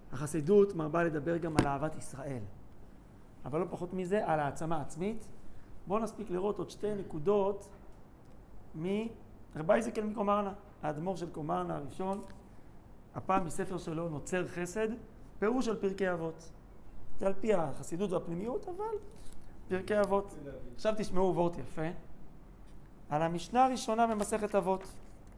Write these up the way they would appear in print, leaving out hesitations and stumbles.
החסידות מרבה לדבר גם על אהבת ישראל, אבל לא פחות מזה על העצמה עצמית. בואו נספיק לראות עוד שתי נקודות מרבי איזקל מקומרנה, האדמו"ר של קומרנה הראשון, הפעם בספר שלו נוצר חסד, פירוש על פרקי אבות. זה על פי החסידות והפנימיות, אבל פרקי אבות. עכשיו תשמעו וורט יפה על המשנה הראשונה במסכת אבות.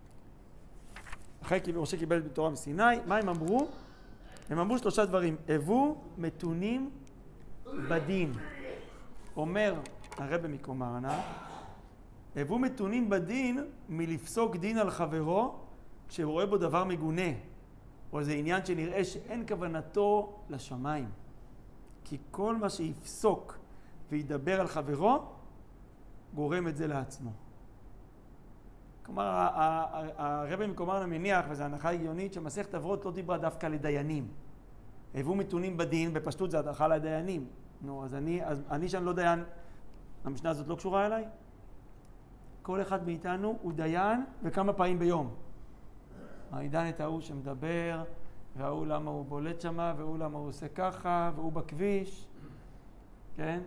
אחרי משה קיבל בתורה מסיני, מה הם אמרו? הם אמרו שלושה דברים. הבו מתונים בדין. אומר הרב מקומרנה, הבו מתונים בדין מלפסוק דין על חברו כשהוא רואה בו דבר מגונה, או איזה עניין שנראה שאין כוונתו לשמיים. כי כל מה שיפסוק וידבר על חברו, גורם את זה לעצמו. כלומר, הרב מקומרנה מניח, וזו הנחה הגיונית, שמסכת אבות לא דיברה דווקא לדיינים. הבו מתונים בדין, בפשטות זה הדרכה לדיינים. נו, אז אני שאני לא דיין, המשנה הזאת לא קשורה אליי? כל אחד מאיתנו הוא דיין וכמה פעמים ביום. העידן את ההוא שמדבר, והוא למה הוא בולט שמה, והוא למה הוא עושה ככה, והוא בכביש, כן?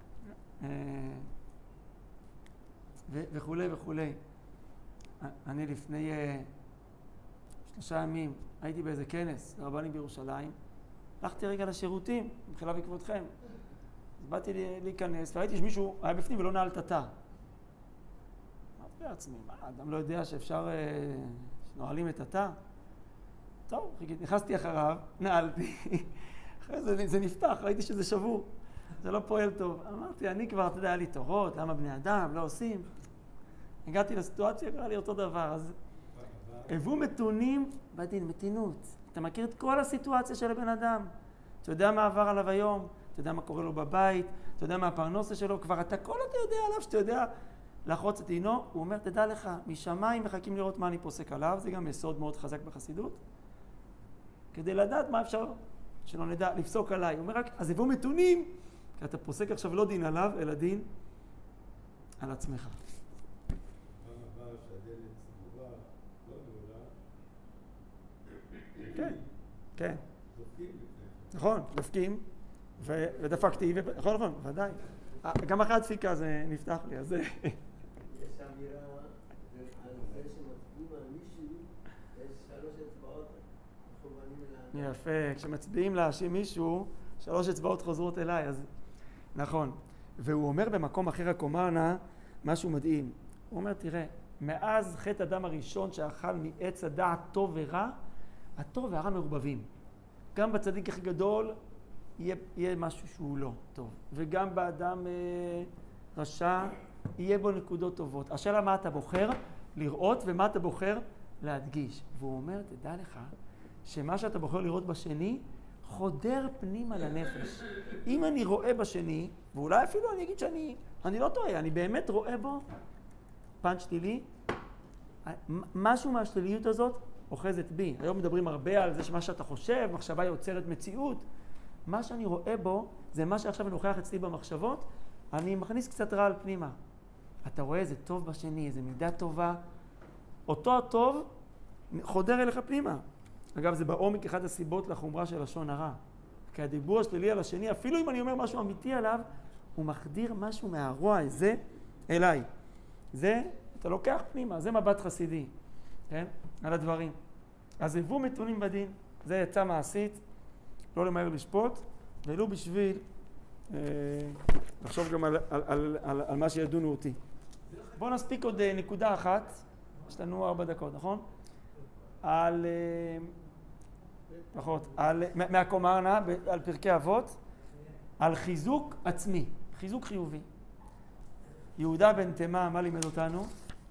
וכו' וכו'. אני לפני 3 ימים הייתי באיזה כנס לרבנים בירושלים, הלכתי רגע לשירותים, במחילה בעקבותכם. אז באתי להיכנס, וראיתי שמישהו היה בפנים ולא נעל את התא. אמרתי לעצמי, מה, אדם לא יודע שאפשר, שנועלים את התא? טוב, נכנסתי אחריו, נעלתי, אחרי זה נפתח, ראיתי שזה שבור, זה לא פועל טוב. אמרתי, אני כבר, אתה יודע, היה לי תורות, למה בני אדם לא עושים? הגעתי לסיטואציה, קרה לי אותו דבר, אז הבו מתונים בדין, מתינות. אתה מכיר את כל הסיטואציה של הבן אדם, אתה יודע מה עבר עליו היום, אתה יודע מה קורה לו בבית, אתה יודע מה הפרנסה שלו, כבר אתה כל אתה יודע עליו, שאתה יודע לחרוץ את עינו. הוא אומר, תדע לך, משמיים מחכים לראות מה אני פוסק עליו, זה גם יסוד מאוד חזק בחסידות, כדי לדעת מה אפשר, שלא נדע, לפסוק עליי. הוא אומר רק, אז הבו מתונים, כי אתה פוסק עכשיו לא דין עליו, אלא דין על עצמך. כן, כן. נכון, דפקים, ודפקתי, נכון, נכון, ודאי. גם אחרי הדפיקה זה נפתח לי, אז זה... יש אמירה, על זה שמצביעים על מישהו, יש 3 אצבעות מכוונים אליו. יפה, כשמצביעים להאשים מישהו, 3 אצבעות חוזרות אליי, אז... נכון. והוא אומר במקום אחר הקומרנה, משהו מדהים. הוא אומר, תראה, מאז חטא אדם הראשון שאכל מעץ הדעת טוב ורע, הטוב והרע מעורבבים. גם בצדיק הכי גדול יהיה משהו שהוא לא טוב. וגם באדם רשע יהיה בו נקודות טובות. השאלה מה אתה בוחר לראות ומה אתה בוחר להדגיש. והוא אומר, תדע לך, שמה שאתה בוחר לראות בשני, חודר פנימה לנפש. אם אני רואה בשני, ואולי אפילו אני אגיד שאני לא טועה, אני באמת רואה בו פן שלילי, משהו מהשליליות הזאת אוחזת בי. היום מדברים הרבה על זה שמה שאתה חושב, מחשבה יוצרת מציאות. מה שאני רואה בו, זה מה שעכשיו אני נוכח אצלי במחשבות, אני מכניס קצת רע על פנימה. אתה רואה איזה טוב בשני, איזה מידה טובה. אותו הטוב חודר אליך פנימה. אגב, זה בעומק אחד הסיבות לחומרה של לשון הרע. כי הדיבור השלילי על השני, אפילו אם אני אומר משהו אמיתי עליו, הוא מחדיר משהו מהרוע הזה אליי. זה, אתה לוקח פנימה, זה מבט חסידי. כן? על הדברים. אז הבו מתונים בדין, זה יצא מעשית, לא למהר לשפוט, ולא בשביל לחשוב גם על מה שידונו אותי. בואו נספיק עוד נקודה אחת, יש לנו 4 דקות, נכון? מהקומרנה, על פרקי אבות, על חיזוק עצמי, חיזוק חיובי. יהודה בן תימה, מה לימד אותנו?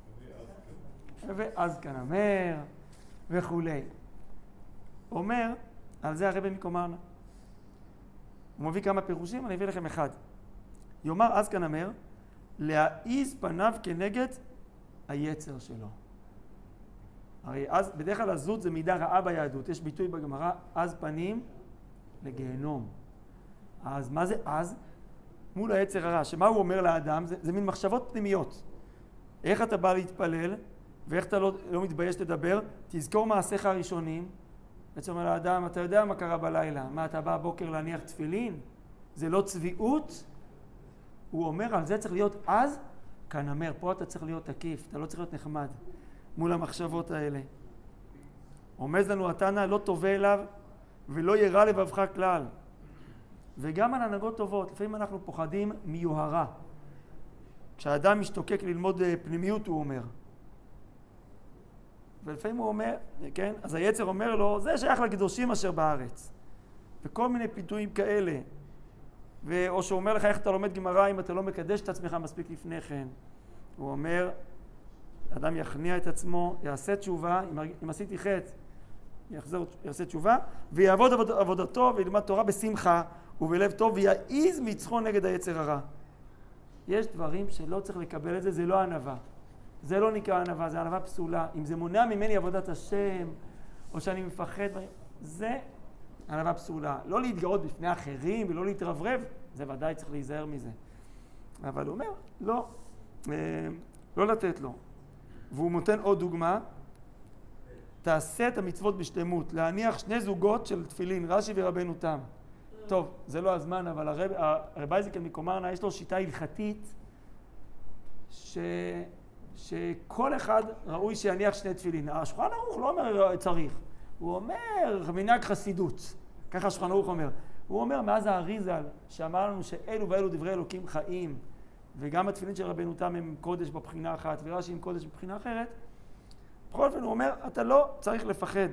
ואז כאן אמר וכולי. אומר, על זה הרבי מקומרנה. הוא מביא כמה פירושים, אני אביא לכם אחד. יאמר אז כאן אמר, להעיז פניו כנגד היצר שלו. הרי אז, בדרך כלל הזות זה מידה רעה ביהדות. יש ביטוי בגמרא, אז פנים לגיהנום. אז מה זה אז? מול היצר הרע. שמה הוא אומר לאדם? זה מין מחשבות פנימיות. איך אתה בא להתפלל? ואיך אתה לא מתבייש לדבר? תזכור מעשיך הראשונים, בעצם אומר לאדם, אתה יודע מה קרה בלילה, מה אתה בא הבוקר להניח תפילין? זה לא צביעות? הוא אומר, על זה צריך להיות אז כנמר, פה אתה צריך להיות תקיף, אתה לא צריך להיות נחמד מול המחשבות האלה. עומד לנו התנא, לא תובע אליו ולא ירא לבבך כלל. וגם על הנהגות טובות, לפעמים אנחנו פוחדים מיוהרה. כשהאדם משתוקק ללמוד פנימיות, הוא אומר. ולפעמים הוא אומר, כן? אז היצר אומר לו, זה שייך לקדושים אשר בארץ. וכל מיני פיתויים כאלה. או שהוא אומר לך איך אתה לומד גמרא אם אתה לא מקדש את עצמך מספיק לפני כן. הוא אומר, אדם יכניע את עצמו, יעשה תשובה, אם עשיתי חטא, יעשה תשובה, ויעבוד עבודתו וילמד תורה בשמחה ובלב טוב, ויעיז מצחו נגד היצר הרע. יש דברים שלא צריך לקבל את זה, זה לא ענווה. זה לא נקרא ענווה, זה ענווה פסולה. אם זה מונע ממני עבודת השם, או שאני מפחד, זה ענווה פסולה. לא להתגאות בפני אחרים ולא להתרברב, זה ודאי צריך להיזהר מזה. אבל הוא אומר, לא לתת לו. והוא נותן עוד דוגמה, תעשה את המצוות בשלמות, להניח 2 זוגות של תפילין, רש"י ורבנו תם. טוב, זה לא הזמן, אבל הרב אייזיק מקומרנה יש לו שיטה הלכתית שכל אחד ראוי שיניח 2 תפילין. השולחן ערוך לא אומר צריך, הוא אומר מנהג חסידות, ככה השולחן ערוך אומר. הוא אומר מאז האריז"ל שאמר לנו שאלו ואלו דברי אלוקים חיים, וגם התפילין של רבנו תם הם קודש בבחינה אחת ורש"י הם קודש בבחינה אחרת, בכל אופן הוא אומר אתה לא צריך לפחד.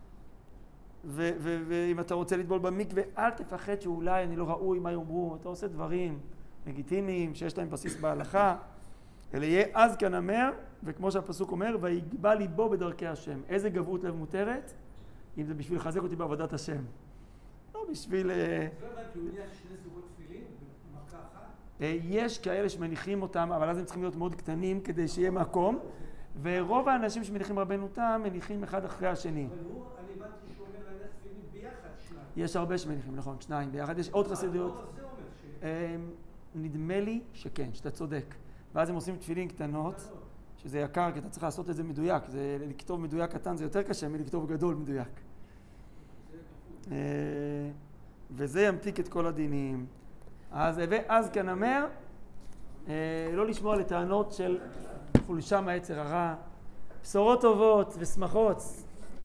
ואם אתה רוצה לטבול במקווה, אל תפחד שאולי אני לא ראוי מה יאמרו, אתה עושה דברים לגיטימיים שיש להם בסיס בהלכה, אלא יהיה אז כנמר, וכמו שהפסוק אומר, ויגבה ליבו בדרכי השם. איזה גבהות לב מותרת? אם זה בשביל לחזק אותי בעבודת השם. לא בשביל... לא הבנתי, הוא הניח 2 זוגות תפילין במכה אחת? יש כאלה שמניחים אותם, אבל אז הם צריכים להיות מאוד קטנים כדי שיהיה מקום, ורוב האנשים שמניחים רבנו תם מניחים אחד אחרי השני. אבל הוא, אני הבנתי שהוא אומר להניח תפילין ביחד 2. יש הרבה שמניחים, נכון, 2 ביחד. יש עוד חסידויות. זה אומר נדמה לי שכן, שאתה צודק. ואז הם עושים תפילין קטנות, שזה יקר, כי אתה צריך לעשות את זה מדויק. לכתוב מדויק קטן זה יותר קשה מלכתוב גדול מדויק. וזה ימתיק את כל הדינים. אז כנמר, לא לשמוע לטענות של חולשה מהיצר הרע, בשורות טובות ושמחות.